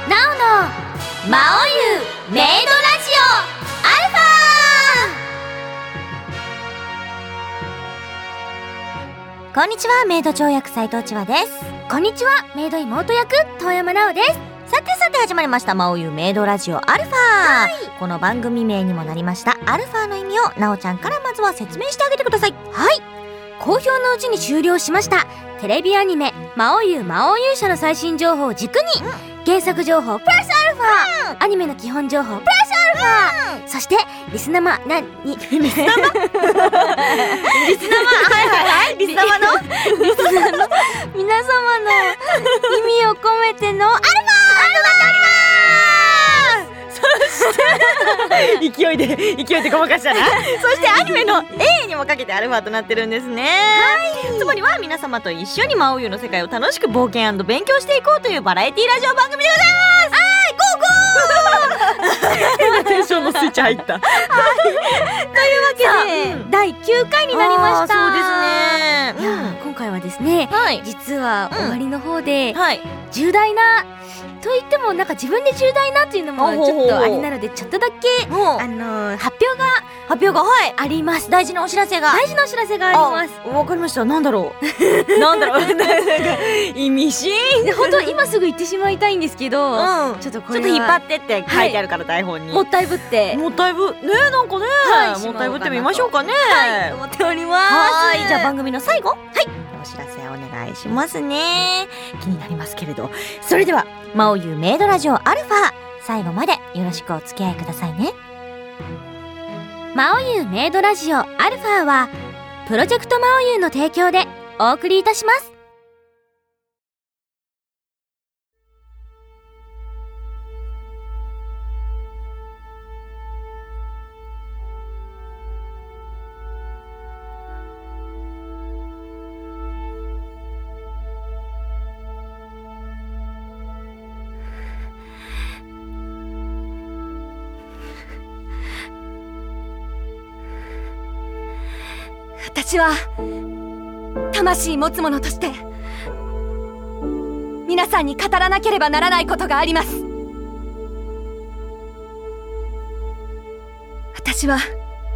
なおの魔王ゆメイドラジオアルファ。こんにちは、メイド長役斉藤千和です。 こんにちは、メイド妹役遠山奈緒です。 さて始まりました魔王ゆメイドラジオアルファ、この番組名にもなりましたアルファの意味を奈緒ちゃんからまずは説明してあげてください。 はい、好評のうちに終了しましたテレビアニメ魔王ゆ魔王勇者の最新情報を軸に、原作情報プラスアルファ、アニメの基本情報プラスアルファ、そしてリスナマリスナマリスナマの皆様の意味を込めてのアルファとなっております。そして勢いでごまかしたなそしてアニメの A にもかけてアルファとなってるんですね。つまりは皆様と一緒に魔王ゆの世界を楽しく冒険&勉強していこうというバラエティラジオ番組でございます。変なテンションのスイッチ入ったというわけで、第9回になりました。 そうですね、 今回はですね、実は終わりの方で、重大なと言ってもなんか自分で重大なっていうのもちょっとあれなので、ちょっとだけ発表があります。 大事なお知らせがあります。わかりました。なんだろう意味深い。 本当今すぐ言ってしまいたいんですけど、ちょっと引っ張ってって書いてあるから、台本にもったいぶってなんかね、もったいぶってみましょうかね。 思っております。 じゃあ番組の最後、お知らせお願いしますね。気になりますけれど、それでは魔王ゆメイドラジオアルファ、最後までよろしくお付き合いくださいね。 魔王ゆメイドラジオアルファはプロジェクト魔王ゆの提供でお送りいたします。 私は魂持つ者として皆さんに語らなければならないことがあります。私は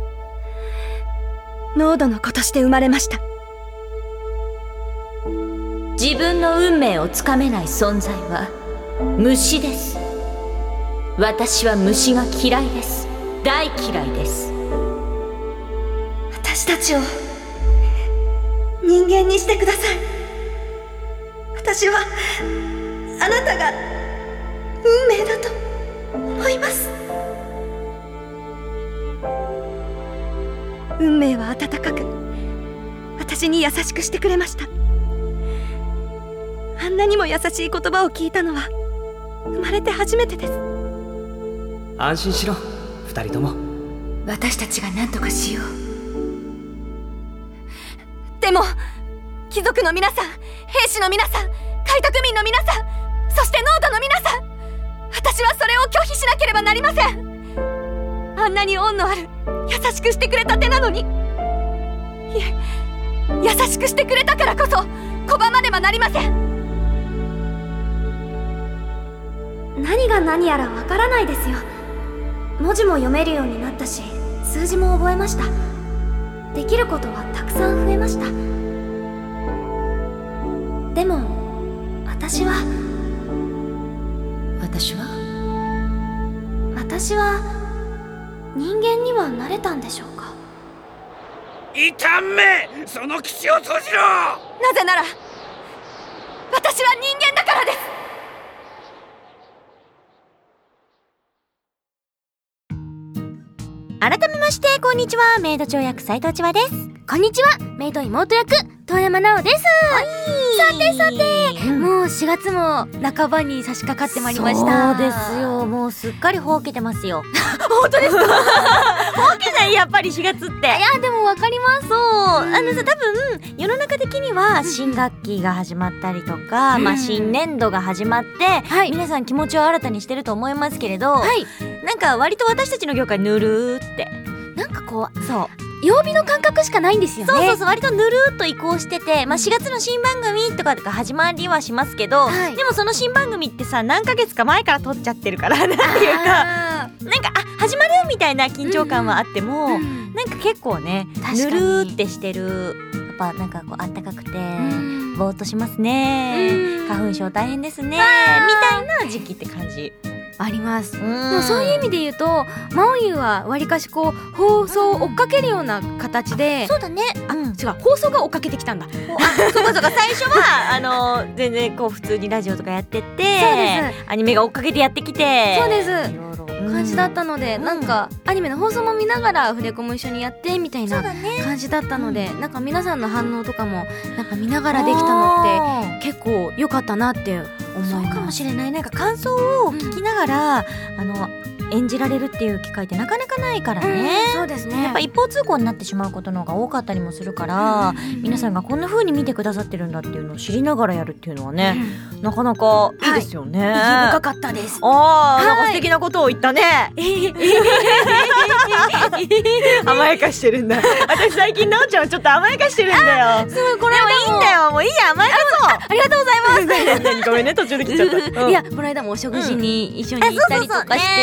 濃度の子として生まれました。 自分の運命をつかめない存在は虫です。私は虫が嫌いです。大嫌いです。 私たちを人間にしてください。私はあなたが運命だと思います。運命は温かく私に優しくしてくれました。あんなにも優しい言葉を聞いたのは生まれて初めてです。 安心しろ、二人とも。 私たちが何とかしよう。でも貴族の皆さん、兵士の皆さん、開拓民の皆さん、そして濃度の皆さん、私はそれを拒否しなければなりません。あんなに恩のある優しくしてくれた手なのに、いえ、優しくしてくれたからこそ拒まねばなりません。 何が何やらわからないですよ。文字も読めるようになったし、数字も覚えました。できることはたくさん増えました。でも私は人間にはなれたんでしょうか。 異端め、その口を閉じろ。 なぜなら私は人間だからです。 改めましてこんにちは、メイド長役斉藤千和です。 こんにちは、メイド妹役遠山奈緒です。さて、もう4月も半ばに差し掛かってまいりました。 そうですよ、もうすっかりほうけてますよ本当ですかほうけない、やっぱり4月って。いやでもわかります。 そう、多分世の中的には新学期が始まったりとか、新年度が始まって、皆さん気持ちを新たにしてると思いますけれど、なんか割と私たちの業界ぬるーって、なんかこう、そう曜日の感覚しかないんですよね。 そうそうそう、割とぬるーっと移行してて、まあ、4月の新番組とかが始まりはしますけど、 はいでもその新番組ってさ、何ヶ月か前から撮っちゃってるからなんていうか、なんか始まるみたいな緊張感はあっても、なんか結構ね、 確かにぬるーってしてる、やっぱなんかこうあったかくて、ぼーっとしますね、花粉症大変ですねみたいな時期って感じ。 あります。ででもそういう意味で言うと、マオユはわりかしこう放送を追っかけるような形で、 そうだね、 違う、放送が追っかけてきたんだ。 そうかそうか、最初は全然こう普通にラジオとかやってて、 そうでアニメが追っかけてやってきて、 そうですいろいろ感じだったので、なんかアニメの放送も見ながらフレコも一緒にやってみたいな感じだったので、なんか皆さんの反応とかもなんか見ながらできたのって結構良かったなって思います。 そうかもしれない。なんか感想を聞きながら、演じられるっていう機会ってなかなかないからね、 そうですね。 やっぱ一方通行になってしまうことの方が多かったりもするから、皆さんがこんな風に見てくださってるんだっていうのを知りながらやるっていうのはね、なかなかいいですよね、 意義深かったです。 なんか素敵なことを言ったね。甘やかしてるんだ。私最近なおちゃんはちょっと甘やかしてるんだよ。すごい、これはいいんだよ。もういいや、甘やかそう。 ありがとうございます何ごめんね、途中で来ちゃった。 いや、この間もお食事に一緒に行ったりとかして、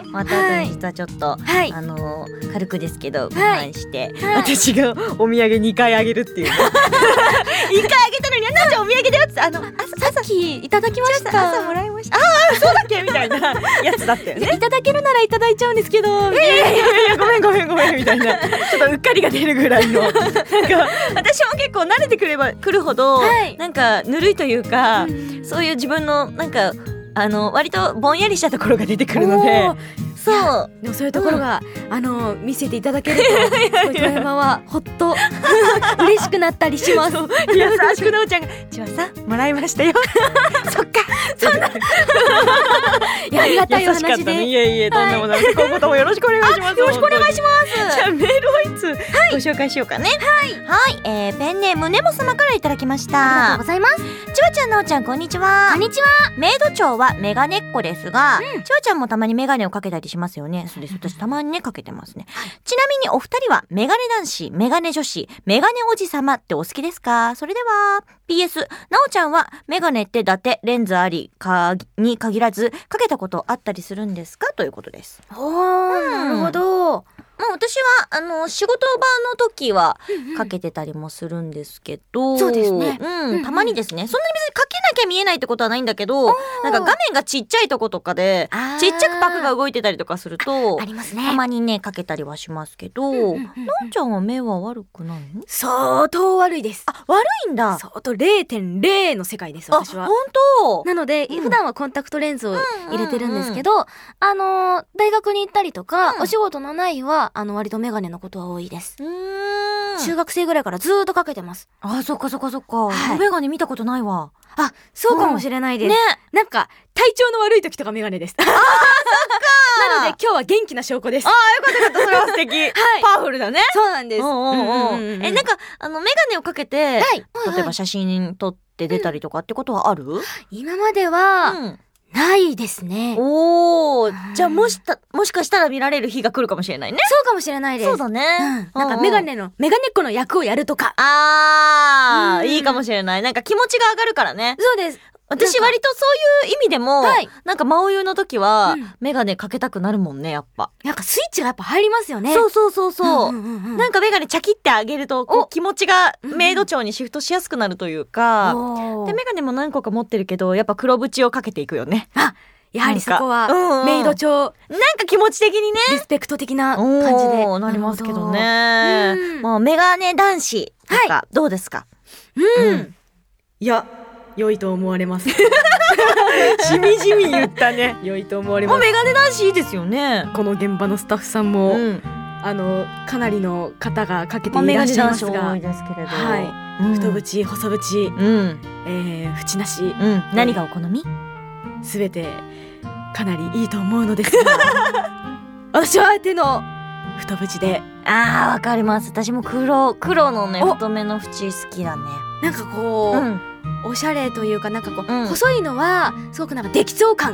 また後に実はちょっと、 はい軽くですけど我はい慢して、 はい私がお土産2回あげるっていうね。1回あげたのに、なおちゃんお土産だよって、 さっきいただきました。 朝もらいました。そうだっけみたいなやつだったよね。 いただけるならいただいちゃうんですけど、 いやごめんみたいな、ちょっとうっかりが出るぐらいのなんか私も結構慣れてくればくるほど、なんかぬるいというか、そういう自分のなんか割とぼんやりしたところが出てくるので、そうでもそういうところが、見せていただけると富山はほっと嬉しくなったりします。 優しくなおちゃんがちわさんもらいましたよ。そっか、そんな、 いや、ありがたいお優しかったね。 話で、 いえとんでもない。今後ともよろしくお願いします。 よろしくお願いします。 じゃあメールをいつご紹介しようかね。はい、ペンネームねも様からいただきましありがとうた。 ございます。 ちわちゃんなおちゃんこんにちは。 こんにちは。 メイド長はメガネっ子ですが、ちわちゃんもたまにメガネをかけたりしますよね。そうです、私たまにねかけてますね。ちなみにお二人はメガネ男子、メガネ女子、メガネおじさまってお好きですか？それでは PS、なおちゃんはメガネって伊達レンズありかに限らずかけたことあったりするんですか？ということです。 なるほど。 まあ私は仕事場の時はかけてたりもするんですけど、 そうですね。 たまにですね。そんなに別にかけなきゃ見えないってことはないんだけど、なんか画面がちっちゃいとことかでちっちゃくパクが動いてたりとかするとありますね。 たまにねかけたりはしますけど、なおちゃんは目は悪くないの？ 相当悪いです。 悪いんだ。 相当 0.0 の世界です、私は。 本当？ なので、普段はコンタクトレンズを入れてるんですけど、大学に行ったりとか、お仕事のない日は、割とメガネのことは多いです。中学生ぐらいからずーっとかけてます。 そっか。 はいメガネ見たことないわ。 あ、そうかもしれないです。 ね。 なんか、体調の悪い時とかメガネです。なので、今日は元気な証拠です。 よかった。それは素敵。パワフルだね。 そうなんです。 なんか、メガネをかけて、例えば写真撮って出たりとかってことはある？ 今までは、ないですね。 じゃあもしかしたら見られる日が来るかもしれないね。 そうかもしれないです。 そうだね。 なんかメガネっ子の役をやるとか。 いいかもしれない。なんか気持ちが上がるからね。 そうです。 私割とそういう意味でも、なんか真お湯の時は、メガネかけたくなるもんね、やっぱ。 なんかスイッチがやっぱ入りますよね。 そう。なんかメガネチャキってあげると、こう気持ちがメイド長にシフトしやすくなるというか、で、メガネも何個か持ってるけど、やっぱ黒縁をかけていくよね。 やはりそこは、メイド長。 なんか気持ち的にね。 リスペクト的な感じで。 なりますけどね。もうメガネ男子とか、どうですか？ いや、良いと思われます。 しみじみ言ったね。 良いと思われます。 もうメガネ男子いいですよね。 この現場のスタッフさんも、かなりの方がかけていらっしゃいますが、 多いですけれど、 太縁、細縁、縁なし、 何がお好み？ すべてかなりいいと思うのですが、私はあえての太縁で。 わかります。私も黒のね太めの縁好きだね。 なんかこう、おしゃれというか、なんかこう、細いのはすごくなんかできそう感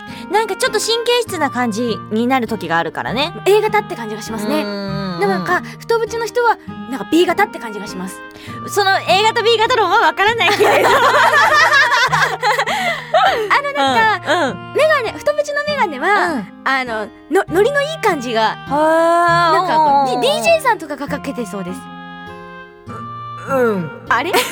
なんかちょっと神経質な感じになる時があるからね。 A 型って感じがしますね。でもなんか太縁の人はなんか B 型って感じがします。 その A 型 B 型論はわからないけれどなんか、メガネ、太縁のメガネは、ノリのいい感じが、なんかこう、DJ さんとかがかけてそうです。あれだって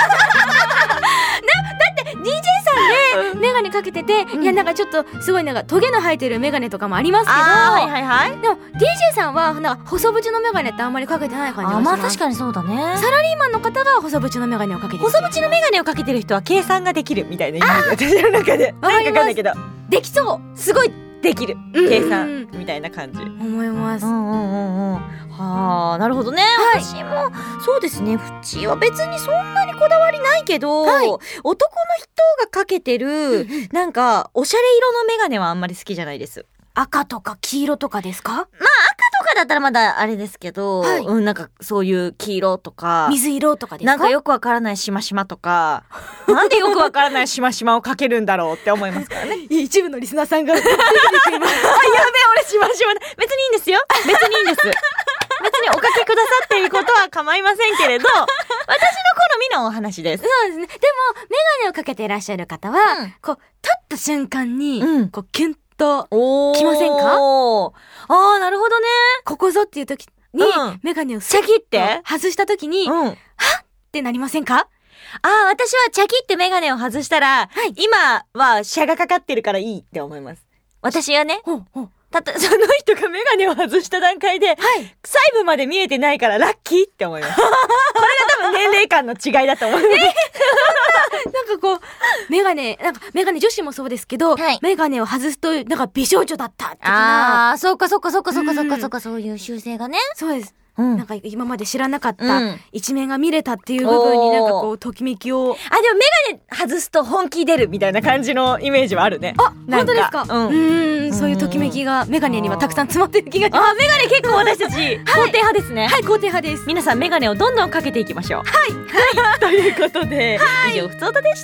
DJ さんでメガネかけてて、いやなんかちょっとすごいなんかトゲの生えてるメガネとかもありますけど、でも DJ さんはなんか細縁のメガネってあんまりかけてない感じがします。 まあ確かにそうだね。 サラリーマンの方が細縁のメガネをかけてる。 細縁のメガネをかけてる人は計算ができるみたいなイメージ、私の中で。 わかります。 なんかわかんないけどできそう。 すごいできる計算みたいな感じ思います。 はあ、なるほどね。私もそうですね、縁は別にそんなにこだわりないけど、男の人がかけてるなんかおしゃれ色のメガネはあんまり好きじゃないです。 赤とか黄色とかですか？ まあ赤とかだったらまだあれですけど、なんかそういう黄色とか水色とかですか？ なんかよくわからないしましまとかなんでよくわからないしましまをかけるんだろうって思いますからね。 一部のリスナーさんがやべえ俺しましまだ。別にいいんですよ。別にいいんです別におかけくださっていることは構いませんけれど、私の好みのお話です。 そうですね。でもメガネをかけていらっしゃる方は、こう取った瞬間に、こうキュンときませんか？ ああ、なるほどね。 ここぞっていう時に、メガネをチャキって外した時に、はっってなりませんか？ 私はチャキってメガネを外したら、今はシャがかかってるからいいって思います。私はね。その人がメガネを外した段階で、細部まで見えてないからラッキーって思います。これが多分年齢間の違いだと思う。なんかこうメガネ女子もそうですけど、メガネを外すとなんか美少女だったってな。 そうかそういう習性がね。 そうです。なんか今まで知らなかった一面が見れたっていう部分になんかこうときめきを。 でもメガネ外すと本気出るみたいな感じのイメージはあるね。 本当ですか？そういうときめきがメガネにはたくさん詰まってる気がします。 メガネ結構私たち肯定派ですね。 はい、肯定派です。 皆さんメガネをどんどんかけていきましょう。ということで、以上ふつおたでした。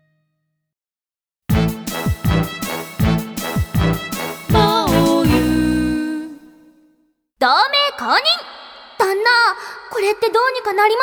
同盟公認。旦那、これってどうにかなりま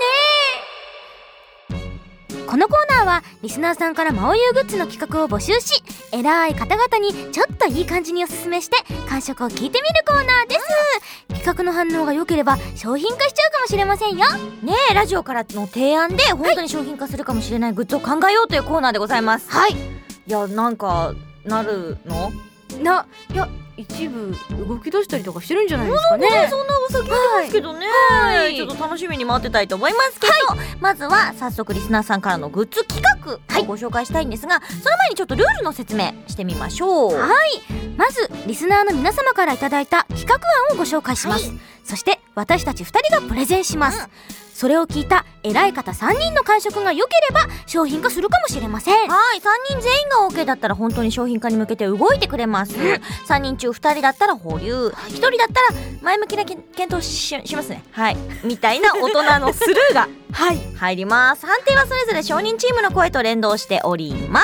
せんかね？このコーナーはリスナーさんから魔王優グッズの企画を募集し、偉い方々にちょっといい感じにおすすめして感触を聞いてみるコーナーです。企画の反応が良ければ商品化しちゃうかもしれませんよ。 ねえ、ラジオからの提案で本当に商品化するかもしれないグッズを考えようというコーナーでございます。いや、なんかなるの？ いや、一部動き出したりとかしてるんじゃないですかね。 そんな噂聞いてますけどね、ちょっと楽しみに待ってたいと思いますけど、まずは早速リスナーさんからのグッズ企画をご紹介したいんですが、その前にちょっとルールの説明してみましょう。 まずリスナーの皆様からいただいた企画案をご紹介します。そして私たち2人がプレゼンします。それを聞いた偉い方3人の感触が良ければ商品化するかもしれません。 3人全員が OK だったら本当に商品化に向けて動いてくれます。3人中2人だったら保留、1人だったら前向きな検討 しますね。みたいな大人のスルーが入ります。判定はそれぞれ証人チームの声と連動しております。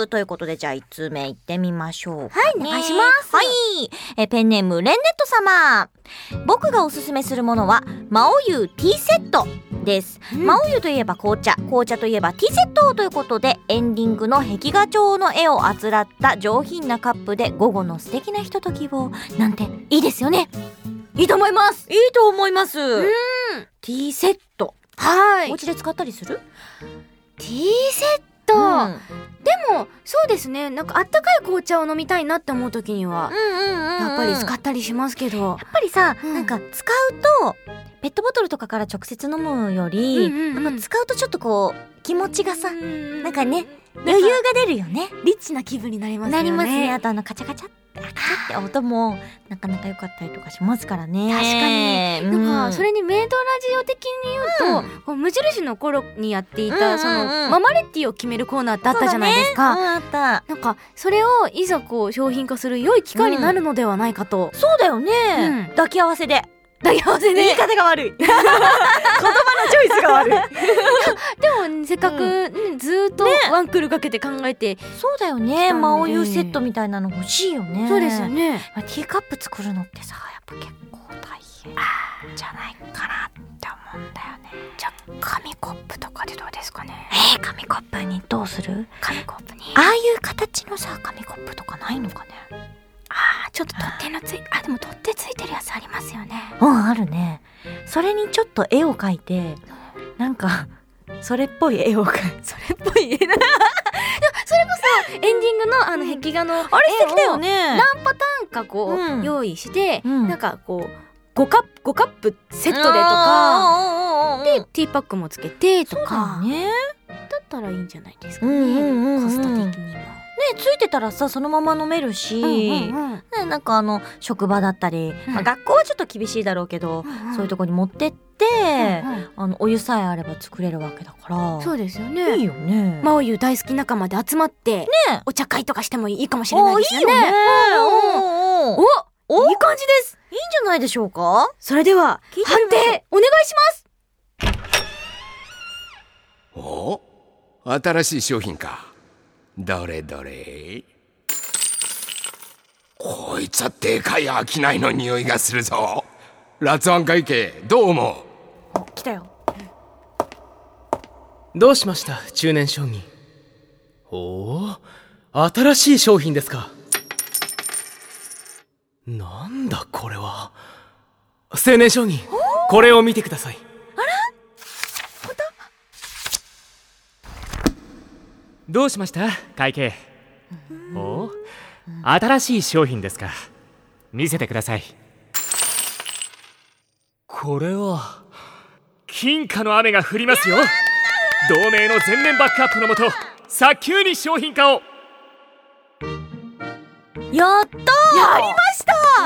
ということで、じゃあ1通目いってみましょう、 お願いします。 ペンネームレンネット様。僕がおすすめするものは魔王湯ティーセットです。魔王湯といえば紅茶といえばティーセットということで、エンディングの壁画調の絵をあつらった上品なカップで午後の素敵なひとときをなんていいですよね。 いいと思います。 ティーセット、お家で使ったりする？ ティーセット、でもそうですね、なんかあったかい紅茶を飲みたいなって思う時にはやっぱり使ったりしますけど、 やっぱりさ、なんか使うとペットボトルとかから直接飲むより、使うとちょっとこう気持ちがさ、なんかね、余裕が出るよね。 リッチな気分になりますよね。 なりますね。あとカチャカチャって音もなかなか良かったりとかしますからね。 確かに。なんかそれにメイドラジオ的に言うと、こう無印の頃にやっていたそのママレッティを決めるコーナーってあったじゃないですか。 あった。 なんかそれをいざこう商品化する良い機会になるのではないかと。 そうだよね。抱き合わせで抱き合わせね。 言い方が悪い言葉のチョイスが悪いでもせっかく、ずーっとワンクールかけて考えて、 そうだよね。魔王湯セットみたいなの欲しいよね。 そうですよね。 ティーカップ作るのってさ、やっぱ結構大変じゃないかなって思うんだよね。 じゃあ紙コップとかでどうですかね。 紙コップにどうする？ 紙コップにああいう形のさ、紙コップとかないのかね。 ちょっと取っ手のでも取っ手ついてるやつありますよね。 あるね。それにちょっと絵を描いて、なんかそれっぽい絵を描いて、 それっぽい絵な。でもそれこそエンディングの壁画の絵をあれ素敵だよね。 何パターンかこう、用意して、なんかこう5カップセットでとかでティーパックもつけてとか、だったらいいんじゃないですかね。コスト的にもついてたらさ、そのまま飲めるし、なんか職場だったり、学校はちょっと厳しいだろうけど、そういうとこに持ってって、お湯さえあれば作れるわけだから。 そうですよね。 いいよね。 魔王湯大好き仲間で集まってお茶会とかしてもいいかもしれないですよね。 いいよね。 いい感じです。 いいんじゃないでしょうか。 それでは判定お願いします。 お、新しい商品か。どれどれ。こいつはでかい商いの匂いがするぞ。ラツワン会計どう思う？ 来たよ。 どうしました、中年商人。おお、新しい商品ですか。なんだこれは。青年商人、これを見てください。 あら、 どうしました会計。お、新しい商品ですか。見せてください。これは金貨の雨が降りますよ。同盟の全面バックアップのもと、早急に商品化を。 やったー、 やりました。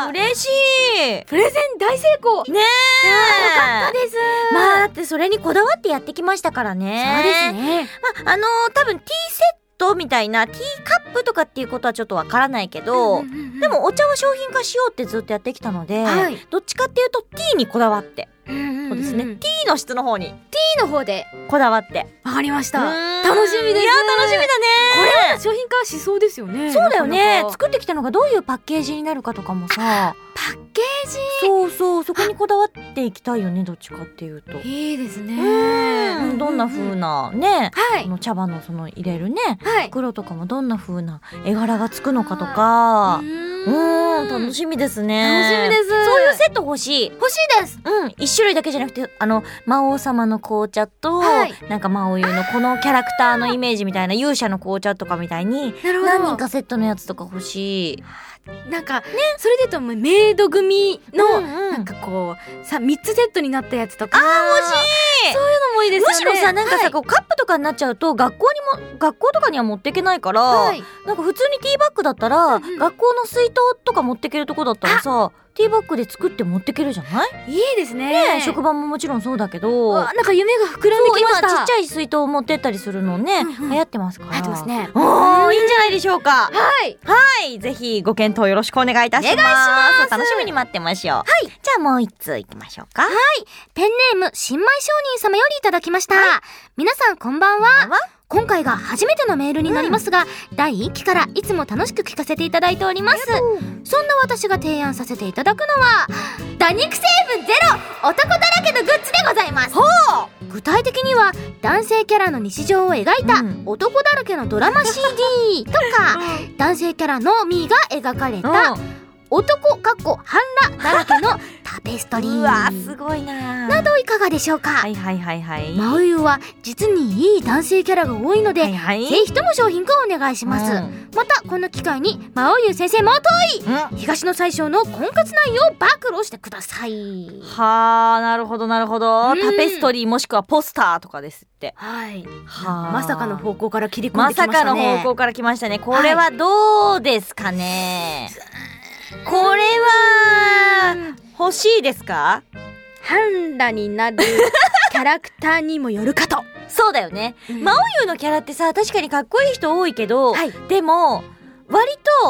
嬉しい。 プレゼン大成功ねえ、 よかったです。 まあだってそれにこだわってやってきましたからね。 そうですね。 多分ティーセットみたいなティーカップとかっていうことはちょっとわからないけど、でもお茶は商品化しようってずっとやってきたので、どっちかっていうとティーにこだわって、そうですね、ティーの質の方に、 ティーの方でこだわって。 わかりました。楽しみです。 いや楽しみだね。 これは商品化しそうですよね。 そうだよね。作ってきたのがどういうパッケージになるかとかもさ、 パッケージ、 そうそう、そこにこだわっていきたいよね。どっちかっていうといいですね。 どんな風なね、 はい、 茶葉のその入れるね、 はい、 袋とかもどんな風な絵柄がつくのかとか、楽しみですね。 楽しみです。 そういうセット欲しい。 欲しいです。 一種類だけじゃなくて、魔王様の紅茶と、なんか魔王湯のこのキャラクターのイメージみたいな勇者の紅茶とかみたいに何人かセットのやつとか欲しい。 なんか、それで言うとメイド組の、なんかこう3つセットになったやつとか、 欲しい。 そういうのもいいですよね。 むしろさ、なんかさ、こうカップとかになっちゃうと学校とかには持っていけないから、なんか普通にティーバッグだったら、学校の水筒とか持っていけるとこだったらさ、ティーバッグで作って持っていけるじゃない？ いいですね。 職場ももちろんそうだけど、 なんか夢が膨らんできました。 今ちっちゃい水筒を持ってったりするのね、流行ってますから。 流行ってますね。 いいんじゃないでしょうか。 はいはい、ぜひご検討よろしくお願いいたします。お願いします。楽しみに待ってましょう。じゃあもう一通いきましょうか。 ペンネーム新米商人様よりいただきました。皆さんこんばんは。今回が初めてのメールになりますが、第1期からいつも楽しく聞かせていただいております。そんな私が提案させていただくのは、多肉成分ゼロ男だらけのグッズでございます。具体的には男性キャラの日常を描いた男だらけのドラマ CD とか、男性キャラのみが描かれた男半裸だらけのタペストリー。 うわすごいなどいかがでしょうか。魔王湯は実にいい男性キャラが多いので、ぜひとも商品化をお願いします。またこの機会に魔王湯先生もとい、東の最小の婚活内容を暴露してください。 はあ、なるほどなるほど。タペストリーもしくはポスターとかですって。 まさかの方向から切り込んできましたね。 まさかの方向から来ましたね。これはどうですかね。これは欲しいですか？ 半裸になるキャラクターにもよるかと。 そうだよね。魔王湯のキャラってさ、確かにかっこいい人多いけど、でも割と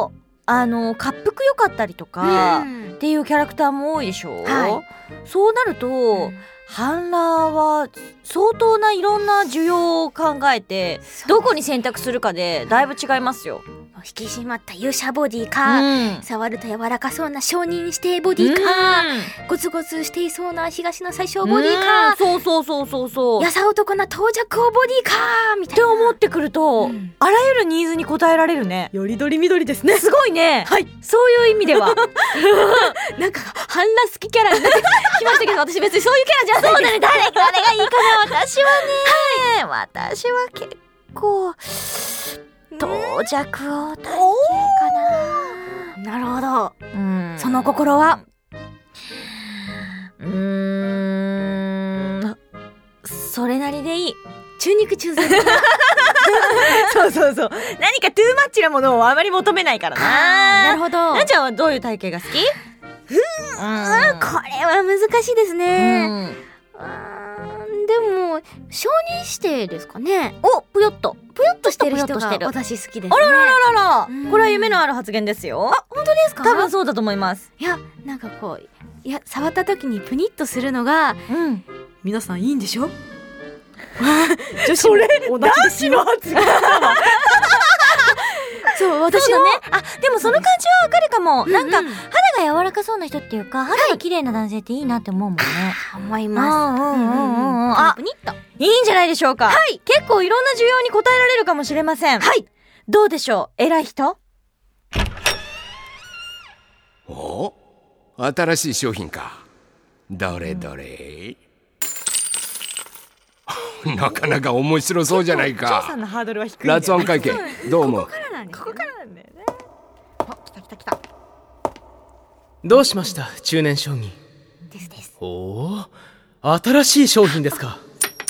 滑腹良かったりとかっていうキャラクターも多いでしょ、そうなると、半裸は相当ないろんな需要を考えてどこに選択するかでだいぶ違いますよ。 引き締まった勇者ボディか、触ると柔らかそうな承認指定ボディか、ゴツゴツしていそうな東の最小ボディか、そうやさ男な到着王ボディかみたいなって思ってくると、あらゆるニーズに応えられるね。 よりどりみどりですね。 すごいね。はい、そういう意味ではなんか半裸好きキャラになってきましたけど、私別にそういうキャラじゃないです。 そうだね、誰がいいかな。私はね、私は結構到着王体系かな。 なるほど。その心はそれなりでいい。 中肉中背そう何かトゥーマッチなものをあまり求めないからな。 なるほど。 なっちゃんはどういう体型が好き？ これは難しいですね。でも承認指定ですかね。 ぷよっとしてる人が私好きですね。 あら、これは夢のある発言ですよ。 本当ですか？ 多分そうだと思います。 いや、なんかこう、触った時にプニッとするのが、皆さんいいんでしょ？女子も同じですよ。男子の発言だわ。そう私はね。 でもその感じはわかるかも。なんか肌が柔らかそうな人っていうか、肌が綺麗な男性っていいなって思うもんね。 思います。プニッといいんじゃないでしょうか。結構いろんな需要に応えられるかもしれません。どうでしょう、偉い人？ お、新しい商品か。どれどれ。なかなか面白そうじゃないか。 張さんのハードルは低い。 ラツワン会計どうも。 ここからなんだよね。来た。 どうしました、中年将棋。おお、新しい商品ですか。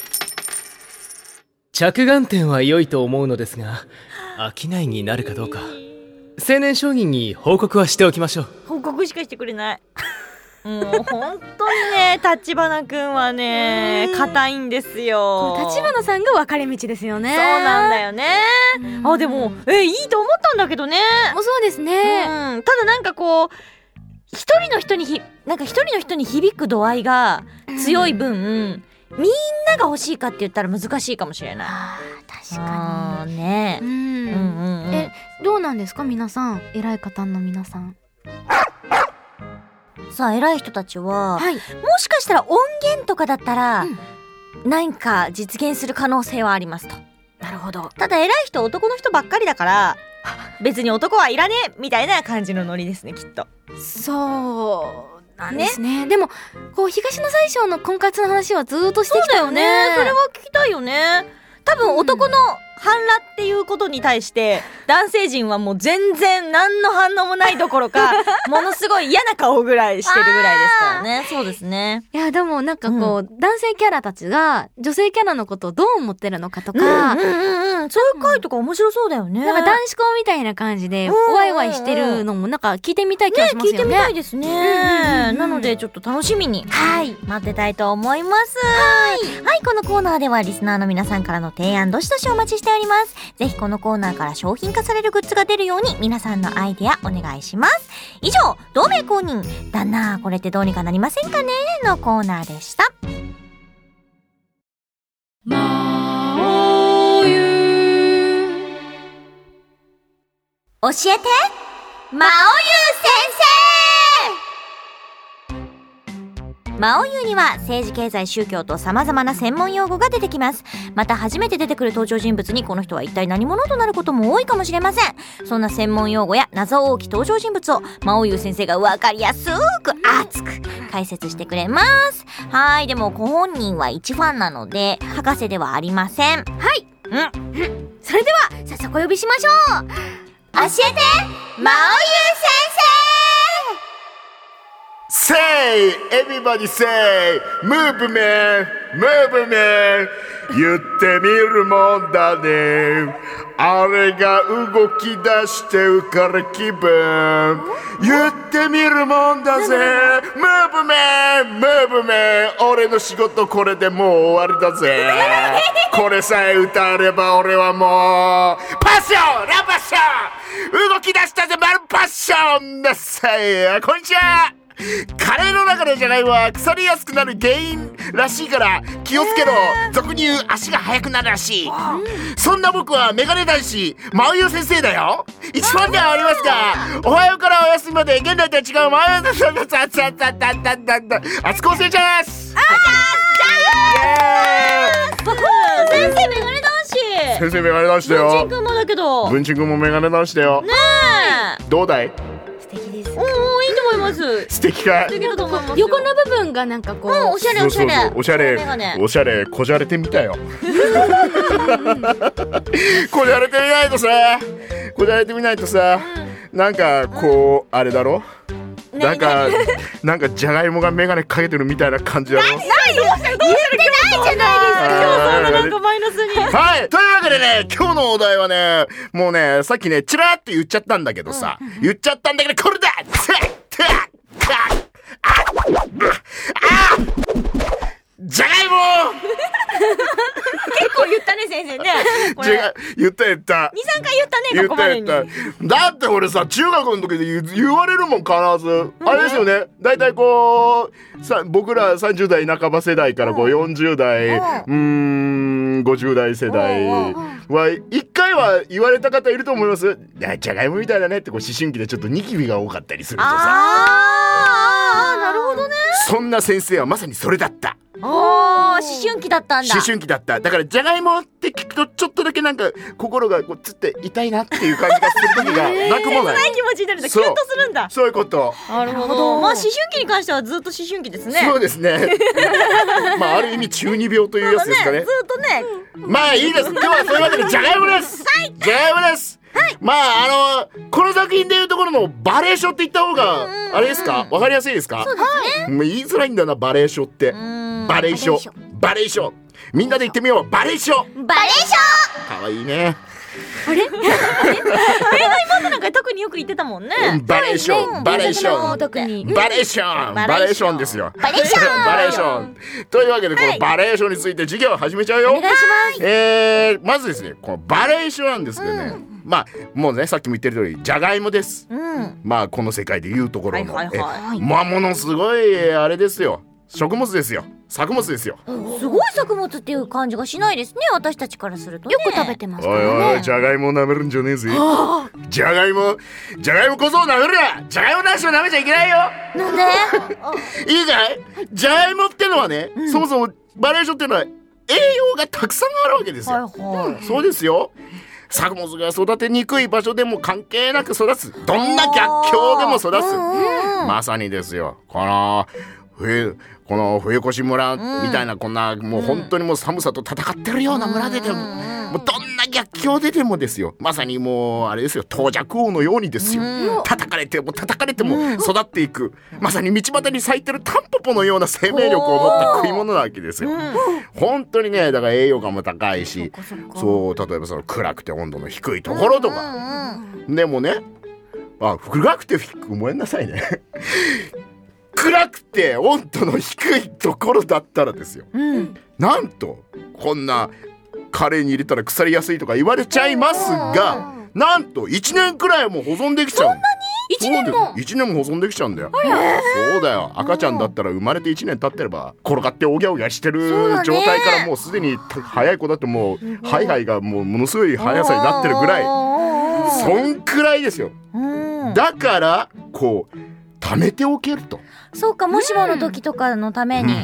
着眼点は良いと思うのですが、商いになるかどうか青年将棋に報告はしておきましょう。 報告しかしてくれない。もう本当にね、立花くんはね、硬いんですよ。 立花さんが分かれ道ですよね。 そうなんだよね。でもいいと思ったんだけどね。 そうですね。 ただなんかこう一人の人に響く度合いが強い分、みんなが欲しいかって言ったら難しいかもしれない。 確かにね。 どうなんですか皆さん、偉い方の皆さん。 さあ、偉い人たちは、もしかしたら音源とかだったら、何か実現する可能性はありますと。 なるほど。 ただ偉い人男の人ばっかりだから別に男はいらねえみたいな感じのノリですね、きっと。 そうなんですね。でもこう東の最小の婚活の話はずっとしてきたよね。 それは聞きたいよね。多分男の半裸っていうことに対して男性陣はもう全然何の反応もないどころかものすごい嫌な顔ぐらいしてるぐらいですからね。そうですね。 いやでもなんかこう、男性キャラたちが女性キャラのことをどう思ってるのかとか、 そういう回とか面白そうだよね。 なんか男子校みたいな感じでワイワイしてるのもなんか聞いてみたい気がしますよね。 聞いてみたいですね。なのでちょっと楽しみに待ってたいと思います。はい、このコーナーではリスナーの皆さんからの提案どしどしお待ちしております。ぜひこのコーナーから商品化されるグッズが出るように皆さんのアイデアお願いします。以上、同盟公認旦那これってどうにかなりませんかねのコーナーでした。教えて魔王優先生。魔王優には政治経済宗教と様々な専門用語が出てきます。また初めて出てくる登場人物にこの人は一体何者となることも多いかもしれません。そんな専門用語や謎多き登場人物を魔王優先生がわかりやすく熱く解説してくれます。はい、でもご本人は一ファンなので博士ではありません。 はい、それでは早速お呼びしましょう。教えて魔王優先生。 Say everybody say movement movement 言ってみるもんだねあれが動き出して浮かれ気分言ってみるもんだぜムーブメンムーブメン俺の仕事これでもう終わりだぜこれさえ歌えれば俺はもうパッションラパッション動き出したぜマルパッションだぜこんにちはカレーの中のじゃがいもは腐りやすくなる原因らしいから気をつけろ俗に言う足が速くなるらしいそんな僕はメガネ男子真央先生だよ一ファンではありますがおはようからお休みまで現代とは違う真央先生厚子先生です先生メガネ男子先生メガネ男子だよ文鎮くんもだけど文鎮くんもメガネ男子だよねえどうだい素敵です。 いいと思います素敵か素敵だと思います横の部分がなんかこう、 おしゃれおしゃれおしゃれおしゃれこじゃれてみたよこじゃれてみないとさこじゃれてみないとさなんかこうあれだろなんかじゃがいもがメガネかけてるみたいな感じだろないよ言ってないじゃないですか今日そんななんかマイナスにはいというわけでね今日のお題はねもうねさっきねチラーって言っちゃったんだけどさ言っちゃったんだけどこれだじゃがいも結構言ったね先生ねこれ言った 2、3回言ったねここまでにだって俺さ中学の時で言われるもん必ずあれですよねだいたいこうさ僕ら30代半ば世代からこう40代50代世代は1回は言われた方いると思いますじゃがいもみたいだねってこう思春期でちょっとニキビが多かったりするとさなるほどねそんな先生はまさにそれだった思春期だったんだ思春期だっただからじゃがいもって聞くとちょっとだけなんか心がこうつって痛いなっていう感じがする時がなくもないない気持ちになるんだキュンとするんだそういうことなるほどまあ思春期に関してはずっと思春期ですねそうですねまあある意味中二病というやつですかねずっとねまあいいです今日はそういうわけでじゃがいもですじゃがいもですまあこの作品でいうところのバレーショって言った方があれですかわかりやすいですかそうですねもう言いづらいんだなバレーショってバレーショバレーショみんなで言ってみようバレーショバレーショかわいいねあれ妹なんか特によく言ってたもんねバレーションバレーション特にバレーションバレーションですよバレーションバレーションというわけでこのバレーションについて授業を始めちゃうよお願いしますまずですねこのバレーションなんですけどねまあもうねさっきも言ってる通りじゃがいもですまあこの世界でいうところのまあものすごいあれですよ食物ですよ作物ですよすごい作物っていう感じがしないですね私たちからするとねよく食べてますかおいらねおいじゃがいもを舐めるんじゃねえぜじゃがいもこそを舐めるなじゃがいもなしを舐めちゃいけないよなんでいいかいじゃがいもってのはねそもそもバレーションっていうのは栄養がたくさんあるわけですよそうですよ作物が育てにくい場所でも関係なく育つどんな逆境でも育つまさにですよこの冬越村みたいなこんなもう本当にもう寒さと戦ってるような村ででももうどんな逆境ででもですよまさにもうあれですよ東若王のようにですよ叩かれても育っていくまさに道端に咲いてるタンポポのような生命力を持った食い物なわけですよ本当にねだから栄養価も高いしそう例えばその暗くて温度の低いところとかでもね暗くてごめんなさいね暗くて温度の低いところだったらですよ、なんとこんなカレーに入れたら腐りやすいとか言われちゃいますがなんと1年くらいも保存できちゃう。そんなに1年も保存できちゃうんだよ。そうだよ赤ちゃんだったら生まれて1年経ってれば転がっておぎゃおぎゃしてる状態からもうすでに早い子だってもうハイハイがもうものすごい速さになってるぐらいそんくらいですよ。だからこう貯めておけると。 そうかもしもの時とかのために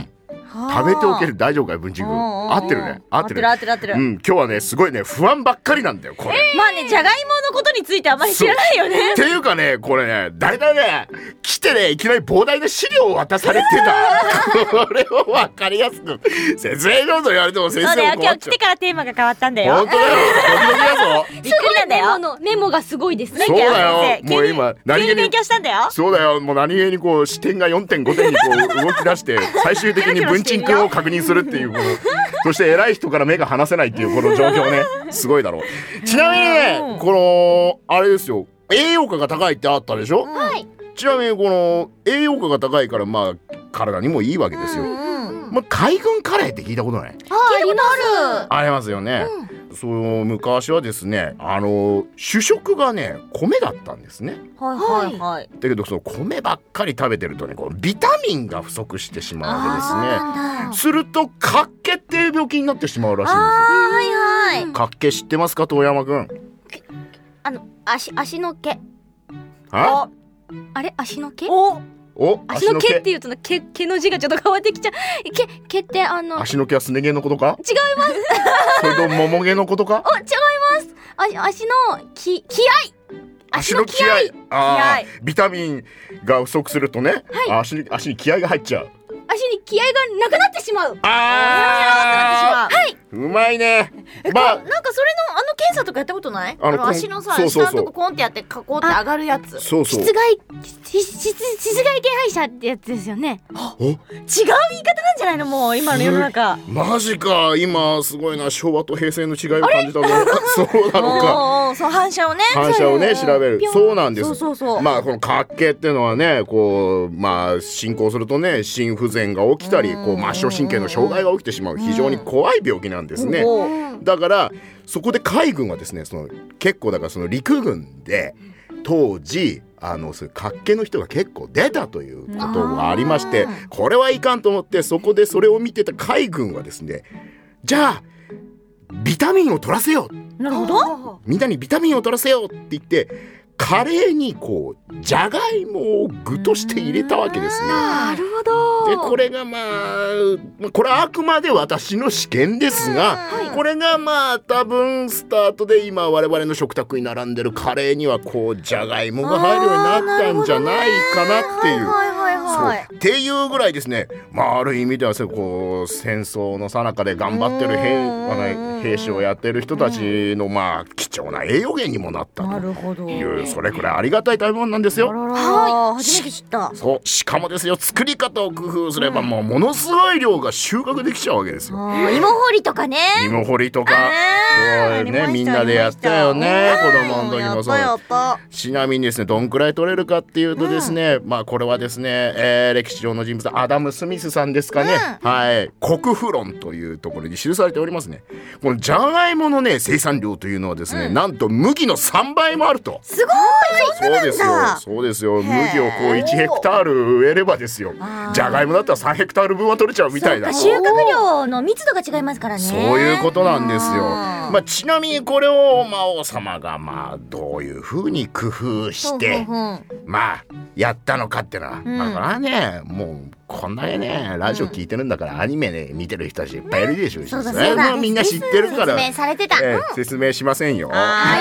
食べておける。大丈夫かい文鎮君。合ってるね。合ってる。 合ってる。 今日はねすごいね不安ばっかりなんだよこれ。 まあね、じゃがいものことについてあまり知らないよね。 っていうかねこれねだいたいね来てねいきなり膨大な資料を渡されてた。これを分かりやすく説明どうぞ言われても先生もそうだよ、今日来てからテーマが変わったんだよ。 本当だよ。ドキドキだぞ。 びっくりなんだよ。 メモがすごいですね。 そうだよ。もう今急に勉強したんだよ。 そうだよ。もう何気にこう視点が 4.5 点にこう動き出して最終的に文鎮君を確認するっていうこのそして偉い人から目が離せないっていうこの状況ねすごいだろう。ちなみにねこのあれですよ、栄養価が高いってあったでしょ。はい。ちなみにこの栄養価が高いからまあ体にもいいわけですよ。まあ、海軍カレーって聞いたことない？ 聞いたことある。 ありますよね。そう昔はですね主食がね米だったんですね。だけどその米ばっかり食べてるとねこうビタミンが不足してしまうわけですね。すると活気っていう病気になってしまうらしいんですよ。活気知ってますか遠山くん？ 足の毛。 あれ足の毛？ 足の毛っていうと毛の字がちょっと変わってきちゃう。毛って足の毛はすね毛のことか？ 違います。 それともも毛のことか？ 違います。足の気合。 足の気合。ビタミンが不足するとね、足に気合が入っちゃう。 足に気合がなくなってしまう。 うまいね。まあなんかそれの検査とかやったことない？足のさ下のとこコンってやってカコって上がるやつ。 そうそう。 室外系配射ってやつですよね。 違う言い方なんじゃないのもう今の世の中。 マジか。今すごいな昭和と平成の違いを感じたぞ。そうなのか。 そう反射をね調べる。そうなんです。 そう。 まあこの活気っていうのはねこうまあ進行するとね心不全が起きたりこう末梢神経の障害が起きてしまう非常に怖い病気なんですね。だからそこで海軍はですね結構だからその陸軍で当時そういう活気の人が結構出たということがありましてこれはいかんと思ってそこでそれを見てた海軍はですねじゃあビタミンを取らせよう。 なるほど。 みんなにビタミンを取らせようって言ってカレーにこうじゃがいもを具として入れたわけですね。 なるほど。 でこれがこれはあくまで私の試験ですが、これが多分スタートで今我々の食卓に並んでるカレーにはこうじゃがいもが入るようになったんじゃないかなっていう。そうっていうぐらいですね、ある意味ではこう戦争の最中で頑張ってる兵士をやってる人たちの貴重な栄養源にもなったというそれくらいありがたい食べ物なんですよ。 初めて知った。 そうしかもですよ作り方を工夫すればものすごい量が収穫できちゃうわけですよ。 芋掘りとかね。 芋掘りとかそうねみんなでやったよね子供の時もそう。ちなみにですねどんくらい取れるかっていうとですねこれはですね歴史上の人物アダム・スミスさんですかね、国富論というところに記されておりますね。このじゃがいものね生産量というのはですね、なんと麦の3倍もあると。 すごい。 そうですよ麦をこう1ヘクタール植えればですよじゃがいもだったら3ヘクタール分は取れちゃうみたいな。 収穫量の密度が違いますからね。 そういうことなんですよ。ちなみにこれを魔王様がどういう風に工夫してやったのかってのはこれはねもうこんなねラジオ聞いてるんだからアニメね見てる人たちいっぱいいるでしょ。それもみんな知ってるから説明されてた。 説明しませんよ。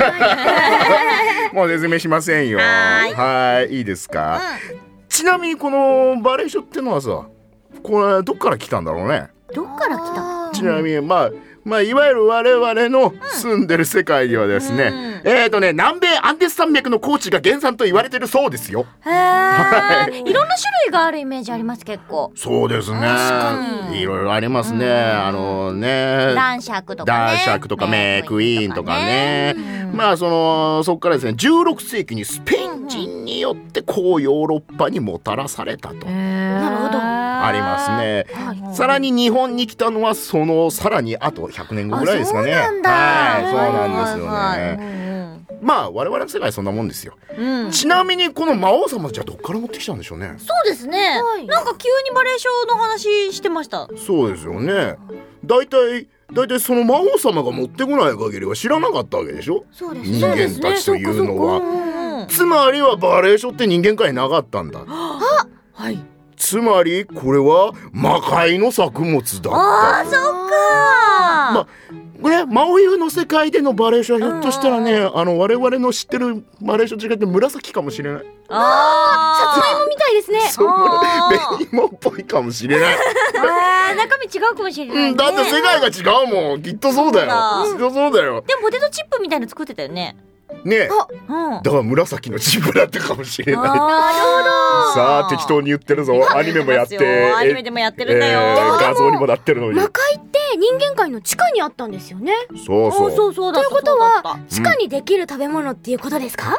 もう説明しませんよ。はいいいですか。ちなみにこのバレーショってのはさこれどっから来たんだろうね。 どっから来た。 ちなみにいわゆる我々の住んでる世界ではですね、南米アンデス山脈の高地が原産と言われてるそうですよ。 いろんな種類があるイメージあります結構。 そうですね。いろいろありますね。 男爵とかメークイーンとかね。そこからですね16世紀にスペイン人によってヨーロッパにもたらされたと。 なるほど。 ありますね。さらに日本に来たのはそのさらにあと100年後ぐらいですかね。そうなんですよね。我々の世界はそんなもんですよ。ちなみにこの魔王様じゃあどっから持ってきたんでしょうね。 そうですね。なんか急にバレーショーの話してました。 そうですよね。だいたいその魔王様が持ってこない限りは知らなかったわけでしょ。 そうです人間たちというのは。つまりはバレーショーって人間界なかったんだ。 つまりこれは魔界の作物だった。 あー、そっかこれ魔王優の世界でのバレーションはひょっとしたらね、我々の知ってるバレーションと違って紫かもしれない。 さつまいもみたいですね。 そう、紅芋っぽいかもしれない。 中身違うかもしれないね。 だって世界が違うもん。きっとそうだよ。きっとそうだよ。 でもポテトチップみたいなの作ってたよね。 ねえ、だから紫のチップだったかもしれない。 なるほど。 さあ適当に言ってるぞ。アニメもやって、 アニメでもやってるんだよ。 画像にもなってるのに。 魔界って人間界の地下にあったんですよね。 そうそうということは地下にできる食べ物っていうことですか？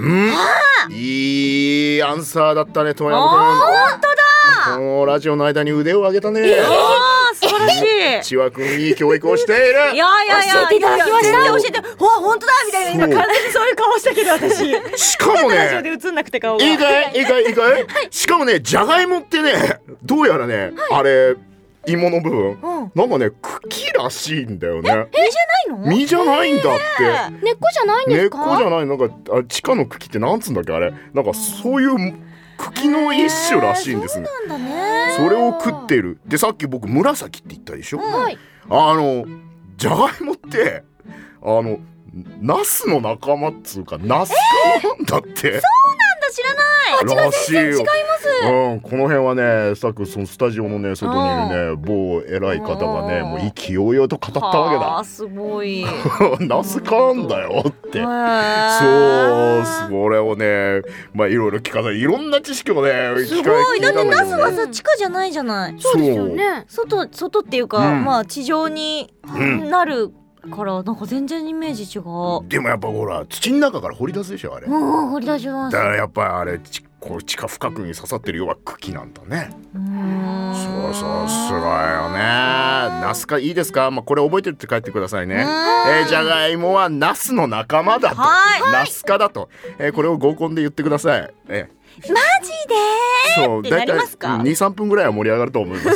いいアンサーだったね、遠山君。 本当だ。 このラジオの間に腕を上げたね。 素晴らしい。 千葉君いい教育をしている。 いや教えていただきました。 教えて。本当だみたいな、今体にそういう顔したけど私。 しかもね、 ラジオで映んなくて顔が。 いいかい。しかもね、じゃがいもってね、どうやらね、あれ芋の部分、なんかね茎らしいんだよね。実じゃないんだって。 根っこじゃないんですか？ 根っこじゃない。なんか地下の茎ってなんつうんだっけあれ。なんかそういう茎の一種らしいんですね。 そうなんだね。 それを食ってる。でさっき僕紫って言ったでしょ。じゃがいもってナスの仲間っつうかナス科なんだって。 そうなんだ、知らない。 らしいよ。 違います。 この辺はね、さっきそのスタジオのね外にいるね某偉い方がね、もう意気揚々と語ったわけだ。 すごい。 ナス科なんだよって。そう、それをね、まあいろいろ聞かされ、いろんな知識をねすごい。だってナスはさ地下じゃないじゃない。 そうですよね。 外っていうか、まあ地上になるからなんか全然イメージ違う。 でもやっぱほら土の中から掘り出すでしょあれ。 掘り出します。 だからやっぱりあれこう地下深くに刺さってるようは茎なんだね。そうすごいよね。ナス科いいですか？これ覚えてるって帰ってくださいね。じゃがいもはナスの仲間だと。ナス科だと。これを合コンで言ってください。マジで？そう、だいたい 2,3 分ぐらいは盛り上がると思います。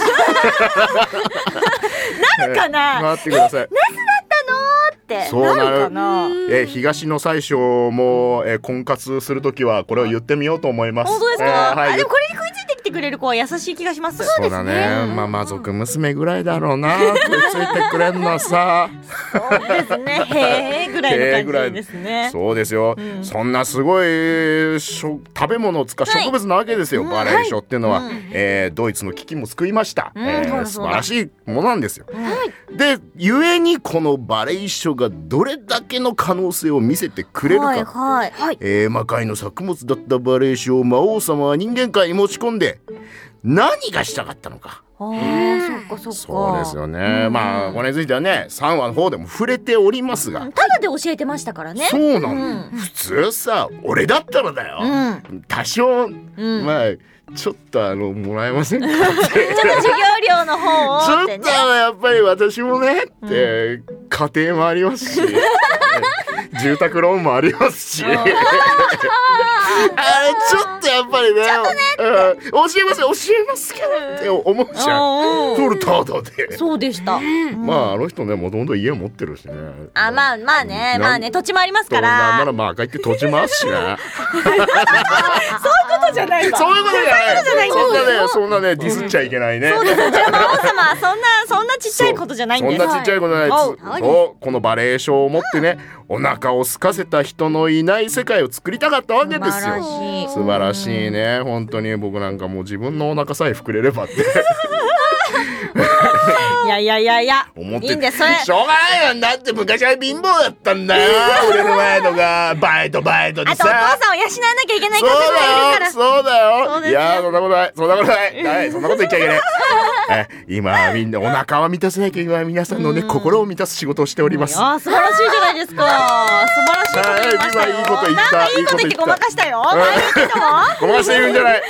なるかな？ 待ってください。 ナスだったのって。 そうなるかな。 東の大将も、婚活するときはこれを言ってみようと思います。 本当ですか？でもこれに食いついてきてくれる子は優しい気がします。 そうだね。魔族娘ぐらいだろうな。食いついてくれんのさ。 そうですね。へーぐらいの感じですね。 そうですよ。そんなすごい食べ物を使う植物なわけですよ。バレーショっていうのは、ドイツの危機も救いました。素晴らしいものなんですよ。で、故にこのバレーショがどれだけの可能性を見せてくれるか。魔界の作物だったバレーショを魔王様は人間界に持ち込んで何がしたかったのか。 そっか。 そうですよね。これについてはね3話の方でも触れておりますが、 ただで教えてましたからね。 そうなの。普通さ、俺だったらだよ、多少ちょっともらえませんかってちょっと授業料の方をちょっとやっぱり私もねって家庭もありますし住宅ローンもありますしあれちょっとやっぱりね教えますけどって思うじゃん。それただで。 そうでした。 あの人ねもともと家持ってるしね。 まあね土地もありますから。 なんなら赤いって土地もあるしね。そういうことじゃないわ。 そういうことじゃない。そんなねディスっちゃいけないね。 そうです。じゃあ魔王様はそんなちっちゃいことじゃないんです。 そんなちっちゃいことじゃない。そう、このバレーショを持ってねお腹を空かせた人のいない世界を作りたかったわけですよ。素晴らしいね。本当に僕なんかもう自分のお腹さえ膨れればっていや思っていいんです。それしょうがないよ。だって昔は貧乏だったんだよ俺の前のがバイトでさ、 あとお父さんを養わなきゃいけない家族がいるから。 そうだよ。いやそんなことないそんなこと言っちゃいけない今みんなお腹は満たせなきゃいけない皆さんのね心を満たす仕事をしております。 素晴らしいじゃないですか。素晴らしいこと言いましたよ。 いいこと言った。 いいこと言ってごまかしたよ。 ごまかして言うんじゃない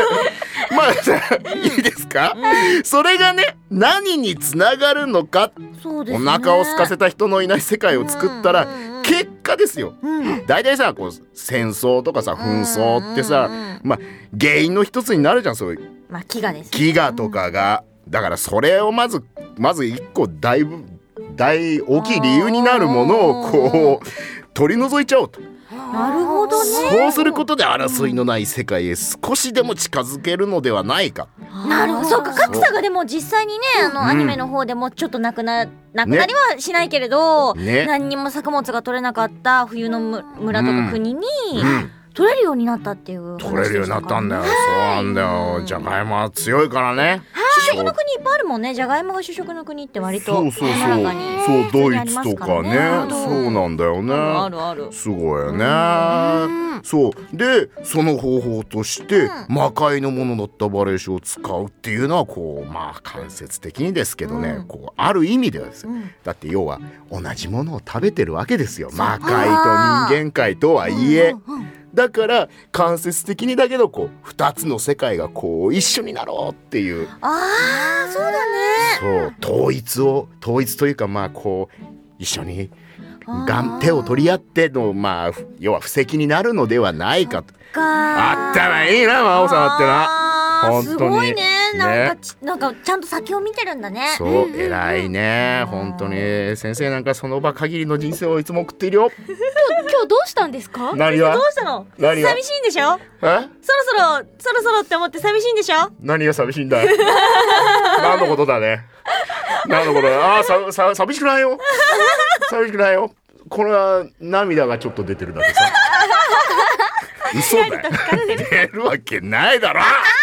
いいですか、それがね何につながるのか。お腹を空かせた人のいない世界を作ったら結果ですよ。大体さこう戦争とかさ紛争ってさ原因の一つになるじゃん。そういう飢餓です。 飢餓とかがだからそれをまず一個大きい理由になるものをこう取り除いちゃおうと。 なるほどね。 そうすることで争いのない世界へ少しでも近づけるのではないか。 なるほど。そうか、格差がでも実際にね、アニメの方でもちょっとなくなりはしないけれど、何にも作物が取れなかった冬の村とか国に取れるようになったっていう話でしたからね。 取れるようになったんだよ。そうなんだよ。じゃがいもは強いからね。 主食の国いっぱいあるもんね。じゃがいもが主食の国って割とそうドイツとかね。そうなんだよね。 あるすごいよね。そうで、その方法として魔界のものだった馬鈴薯を使うっていうのはこう間接的にですけどね、こうある意味ではですよ。だって要は同じものを食べてるわけですよ。魔界と人間界とはいえ。だから間接的にだけどこう2つの世界がこう一緒になろうっていう。 そうだね。 そう統一というか、まあこう一緒に手を取り合っての、まあ要は布石になるのではないかと。あったらいいな、魔王様ってな。本当にすごいね。なんかちゃんと先を見てるんだね。 そう偉いね。本当に先生なんかその場限りの人生をいつも送っているよ。 今日どうしたんですか？ 何が？ どうしたの？寂しいんでしょ？そろそろって思って寂しいんでしょ？ 何が寂しいんだよ。何のことだね。何のことだ。寂しくないよ。寂しくないよ。これは涙がちょっと出てるだけさ。嘘だよ。出るわけないだろ。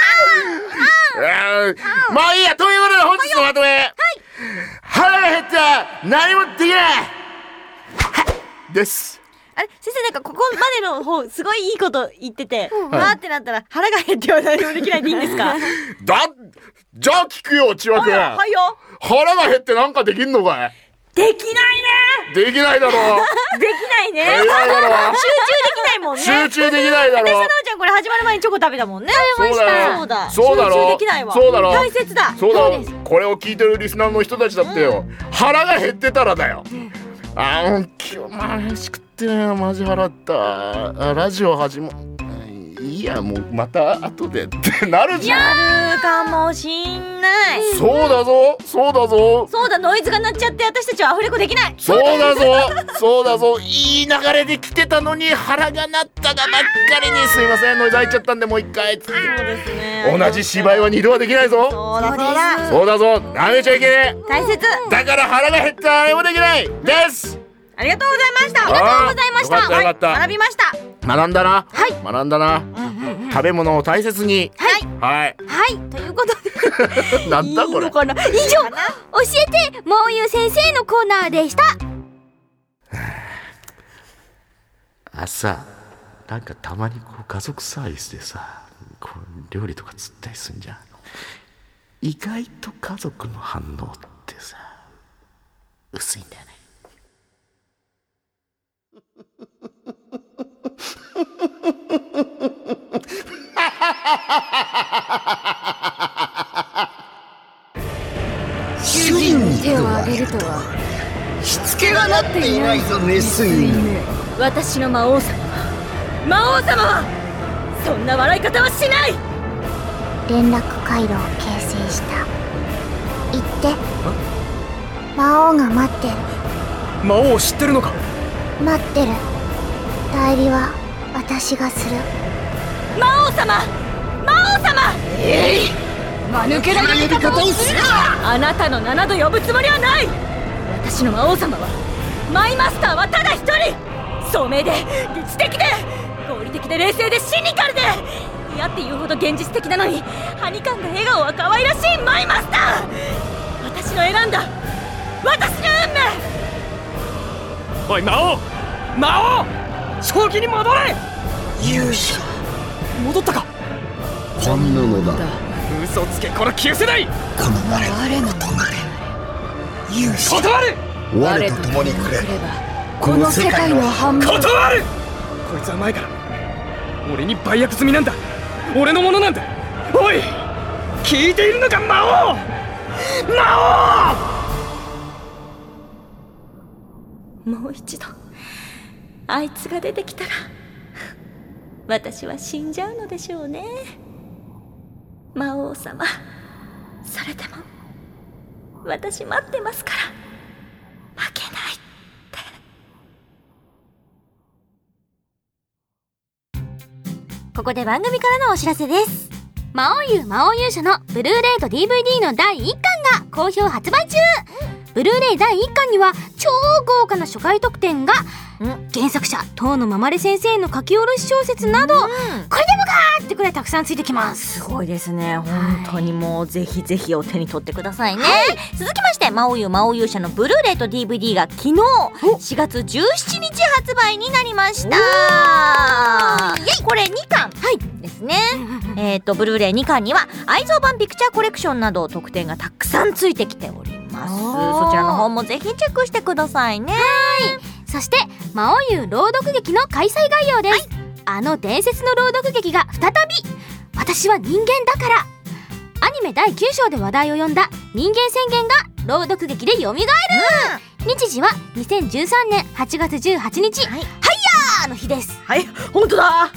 まあいいや。ということで本日のまとめ、腹が減った何もできないです。 あれ先生、なんかここまでの方すごいいいこと言ってて、わーってなったら腹が減っては何もできないでいいんですか？ じゃあ聞くよ、千葉君。 はいよ。 腹が減ってなんかできんのかい？ できないね。 できないだろ。 できないね。 集中できないもんね。 集中できないだろ。 私となおちゃんこれ始まる前にチョコ食べたもんね。 そうだろ。 集中できないわ。 そうだろ。 大切だ。 そうだろ。これを聞いてるリスナーの人たちだってよ、腹が減ってたらだよ。今日飯食ってね、マジ腹ったラジオ始まいいや、もうまた後でってなるじゃん。 やるかもしんない。 そうだノイズが鳴っちゃって私たちはアフレコできない。 そうだぞいい流れで来てたのに腹が鳴ったがばっかりに、すいません、ノイズ入っちゃったんでもう一回。そうですね。同じ芝居は2度はできないぞ。そうだぞ、なめちゃいけねえ。 大切だから腹が減ったあれもできないです。 ありがとうございました。ありがとうございました。 よかった。 学びました。 学んだな。学んだな。食べ物を大切に。はいということでなんだこれ。 以上、教えてもうゆう先生のコーナーでした。 朝なんかたまにこう家族サービスでさ、こう料理とか釣ったりすんじゃん。意外と家族の反応ってさ薄いんだよね。 主人に手を挙げるとはしつけがなっていないぞ、メス犬。 私の魔王様はそんな笑い方はしない。 連絡回路を形成した。言って。魔王が待ってる。 魔王を知ってるのか？ 待ってる。代理は私がする。 魔王様間抜けな呼び方をするな。 あなたの7度呼ぶつもりはない。私の魔王様はマイマスターはただ一人。聡明で理知的で合理的で冷静でシニカルで嫌っていうほど現実的なのにハニカンが笑顔は可愛らしいマイマスター。私の選んだ私の運命。 おい魔王正気に戻れ。 勇者戻ったか。 本物だ。 嘘つけこの旧世代。 この我の友で勇者断る。 我と共にくれ。この世界の半分。 断る。こいつは前から俺に売約済みなんだ。俺のものなんだ。おい聞いているのか魔王。 もう一度あいつが出てきたら私は死んじゃうのでしょうね。魔王様、それでも私待ってますから。負けない。 ここで番組からのお知らせです。魔王優魔王勇者のブルーレイと DVD の第1巻が好評発売中。ブルーレイ第1巻には超豪華な初回特典が、原作者遠野ままれ先生の書き下ろし小説など、これでもかーってくらいたくさんついてきます。 すごいですね。本当にもうぜひぜひお手に取ってくださいね。続きまして魔王優魔王勇者のブルーレイと DVD が昨日4月17日発売になりました。これ2巻ですね。ブルーレイ2巻には愛蔵版ピクチャーコレクションなど特典がたくさんついてきております。そちらの方もぜひチェックしてくださいね。 そして魔王優朗読劇の開催概要です。あの伝説の朗読劇が再び、私は人間だから。アニメ第9章で話題を呼んだ人間宣言が朗読劇で蘇る、日時は2013年8月18日、ハイヤーの日です。 はい、本当だ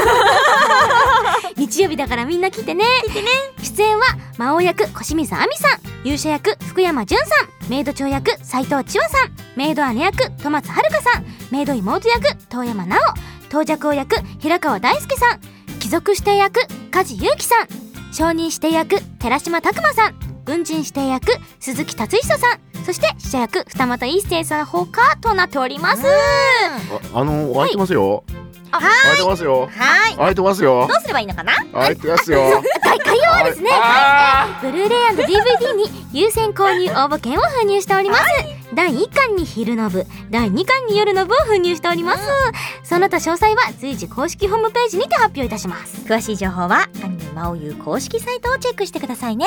日曜日だからみんな来てね。出演は魔王役小清水亜美さん、勇者役福山潤さん、メイド長役斉藤千和さん、メイド姉役戸松遥さん、メイド妹役遠山奈緒、当若王役平川大輔さん、貴族指定役梶裕貴さん、証人指定役寺島拓磨さん、軍人指定役鈴木達久さん、そして使者役二俣一生さんほかとなっております。 空いてますよ。空いてますよ。空いてますよ。 どうすればいいのかな。 空いてますよ。 概要はですね、ブルーレイ&DVD に優先購入応募券を封入しております。第1巻に昼の部、第2巻に夜の部を封入しております。その他詳細は随時公式ホームページにて発表いたします。 詳しい情報はアニメ魔王優公式サイトをチェックしてくださいね。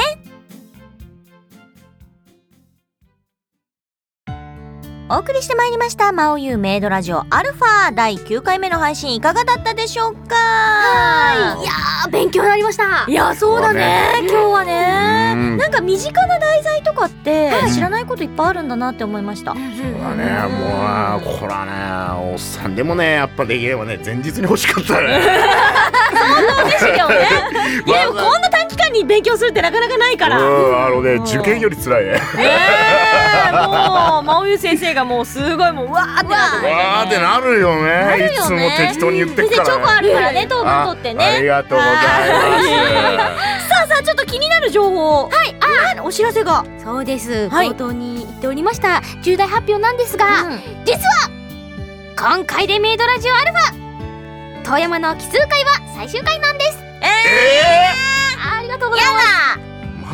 お送りしてまいりました魔王優メイドラジオアルファ第9回目の配信いかがだったでしょうか。 いやー勉強になりました。 いやそうだね、今日はね、なんか身近な題材とかって知らないこといっぱいあるんだなって思いました。 そうだね、もうこれはね、おっさんでもねやっぱできればね前日に欲しかったね。 相当ですよね。いやでもこんな短期間に勉強するってなかなかないから。 受験より辛いね。 もう魔王優先生がもうすごいもううわーってなって、 わーってなるよね。いつも適当に言ってくからね。 チョコあるからね、糖分取ってね。 ありがとうございます。 さあちょっと気になる情報、お知らせが。 そうです、冒頭に言っておりました重大発表なんですが、実は今回でメイドラジオアルファ遠山の奇数回は最終回なんです。ありがとうございます。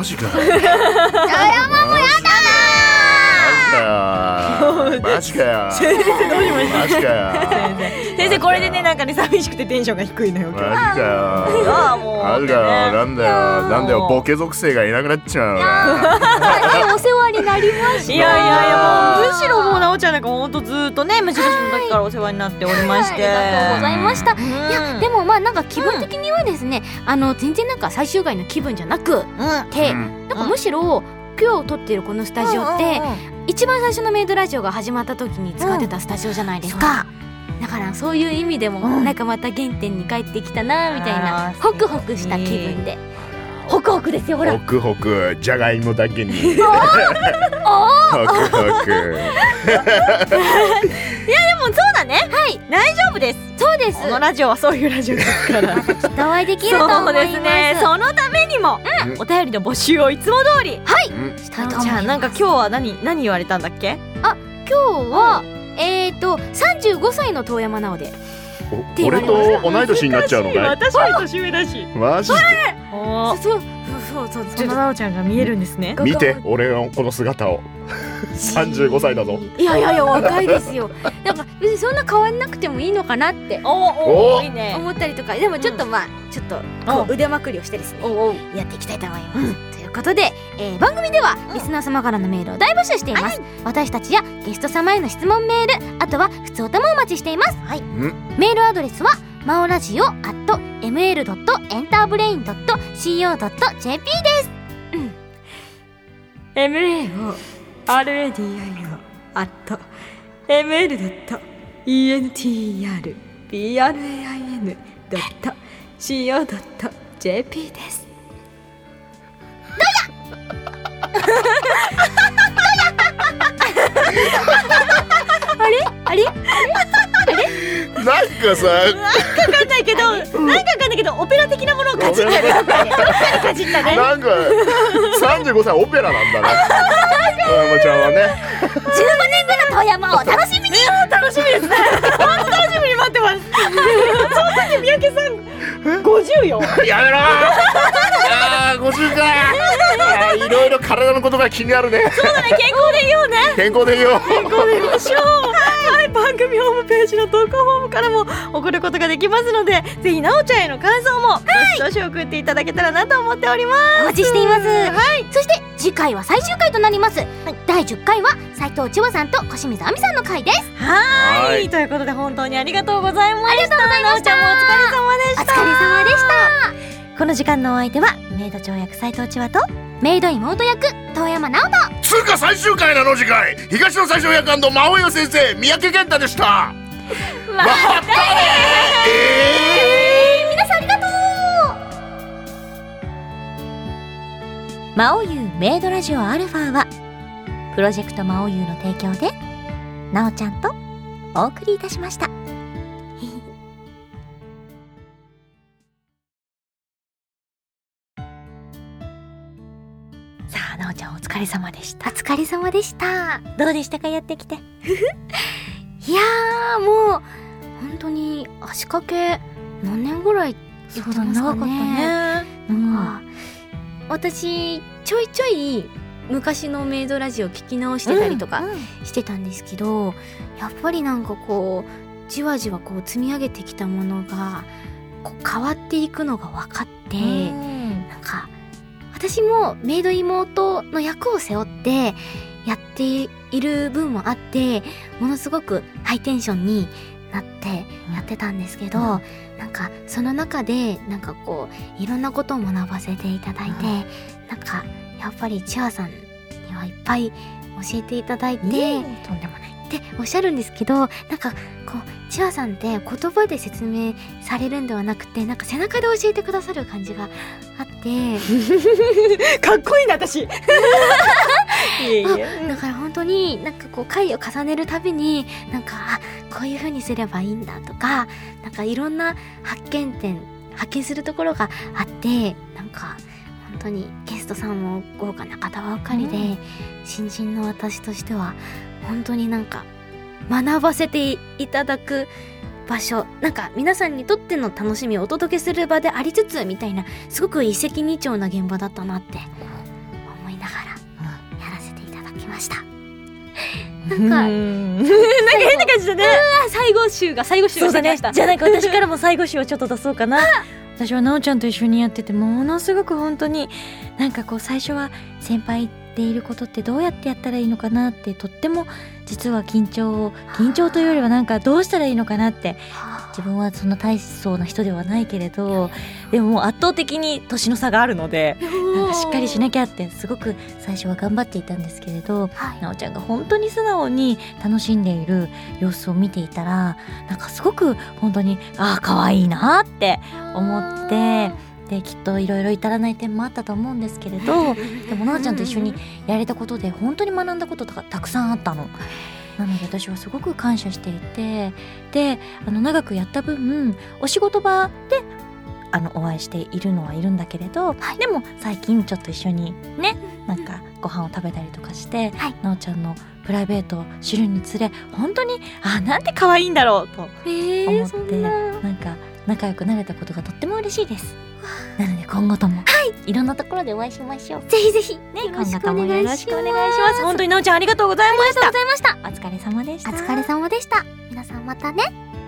マジか。 遠山もやだマジかよ。 先生どうしました。 マジかよ。 先生これでねなんかね寂しくてテンションが低いのよ。 マジかよ。マジかよ。なんだよボケ属性がいなくなっちまうのか。 お世話になりました。 いやもうむしろもうなおちゃんなんかほんとずっとね無印の時からお世話になっておりまして、 ありがとうございました。いやでもまあなんか気分的にはですね、全然なんか最終回の気分じゃなくて、なんかむしろ今日撮っているこのスタジオって一番最初のメイドラジオが始まった時に使ってたスタジオじゃないですか。だからそういう意味でもなんかまた原点に帰ってきたなみたいなホクホクした気分で。ホクホクですよほら。 ホクホクじゃがいもだけに。 ホクホいク。 やでもそうだね。大丈夫です。 そうです。 このラジオはそういうラジオですから。 またきっとお会いできると思います。 そうですね。そのためにもお便りの募集をいつも通り。 したいと思います。 じゃあなんか今日は何言われたんだっけ？ 今日は35歳の遠山奈緒で。 俺と同い年になっちゃうのかい？ 私より年上だし。 マジで？ そうその奈緒ちゃんが見えるんですね。 見て俺のこの姿を。35歳だぞ。 いや若いですよ。なんか別にそんな変わんなくてもいいのかなっていいね思ったりとか、でもちょっとちょっとこう腕まくりをしてですねやっていきたいと思います。ということで、番組ではリスナー様からのメールを大募集しています。私たちやゲスト様への質問メール、あとは普通歌もお待ちしています。メールアドレスはマオラジオ@ml.enterbrain.co.jp です。 MAORADIO@ml.enterbrain.co.jp です。 あれなんかさ、 なんかわかんないけどオペラ的なものをかじったね。どっかにかじったね。 なんか35歳オペラなんだね。富山ちゃんはね。 15年後の富山をお楽しみに。 楽しみですね。本当楽しみに待ってます。その時三宅さん50よ。 やめろー。50か。いろいろ体のことが気になるね。 そうだね、健康でいようね。 健康でいよう。 健康でいましょう。はい、番組ホームページの投稿フォームからも送ることができますので、ぜひなおちゃんへの感想もどしどし送っていただけたらなと思っております。 お待ちしています。 はい。 そして次回は最終回となります。第10回は斉藤千和さんと小清水亜美さんの回です。 はい。ということで本当にありがとうございました。ありがとうございました。なおちゃんもお疲れ様でした。 お疲れ様でした。 この時間のお相手はメイド長役斉藤千和とメイド妹役遠山直人。 つうか最終回なの次回、東野最初役&魔王よ先生三宅健太でした。 またね皆さんありがとう。 魔王優メイドラジオアルファはプロジェクト魔王優の提供でなおちゃんとお送りいたしました。さあ、なおちゃんお疲れ様でした。 お疲れ様でした。 どうでしたか、やってきて。 いやー、もう本当に足掛け何年ぐらいやってますかね。 長かったね。 私ちょいちょい昔のメイドラジオ聞き直してたりとかしてたんですけど、やっぱりなんかこうじわじわこう積み上げてきたものがこう変わっていくのが分かって、なんか私もメイド妹の役を背負ってやっている分もあって、ものすごくハイテンションになってやってたんですけど、なんかその中でなんかこういろんなことを学ばせていただいて、なんかやっぱり千和さんにはいっぱい教えていただいて、とんでもないっておっしゃるんですけど、なんかこう千和さんって言葉で説明されるんではなくて、なんか背中で教えてくださる感じがあってかっこいいな私。だから本当になんかこう回を重ねるたびになんかこういう風にすればいいんだとか、なんかいろんな発見するところがあって、なんか本当にゲストさんも豪華な方ばかりで、新人の私としては本当になんか学ばせていただく場所、なんか皆さんにとっての楽しみをお届けする場でありつつみたいな、すごく一石二鳥な現場だったなって思いながらやらせていただきました。なんか変な感じだね。最後集がそうだね。じゃあなんか私からも最後集をちょっと出そうかな。私はなおちゃんと一緒にやってて、ものすごく本当になんかこう最初は先輩っていることってどうやってやったらいいのかなって、とっても実は緊張というよりはなんかどうしたらいいのかなって、自分はそんな大層な人ではないけれど、でももう圧倒的に年の差があるので、なんかしっかりしなきゃってすごく最初は頑張っていたんですけれど、なおちゃんが本当に素直に楽しんでいる様子を見ていたら、なんかすごく本当に可愛いなって思って、できっといろいろ至らない点もあったと思うんですけれど、でもなおちゃんと一緒にやれたことで本当に学んだことがたくさんあったの。なので私はすごく感謝していて、で長くやった分お仕事場でお会いしているのはいるんだけれど、でも最近ちょっと一緒にね、なんかご飯を食べたりとかして、なおちゃんのプライベートを知るにつれ、本当になんて可愛いんだろうと思って、なんか仲良くなれたことがとっても嬉しいです。なので今後ともいろんなところでお会いしましょう。 ぜひぜひね、今後ともよろしくお願いします。本当になおちゃんありがとうございました。 ありがとうございました。 お疲れ様でした。 お疲れ様でした。皆さんまたね。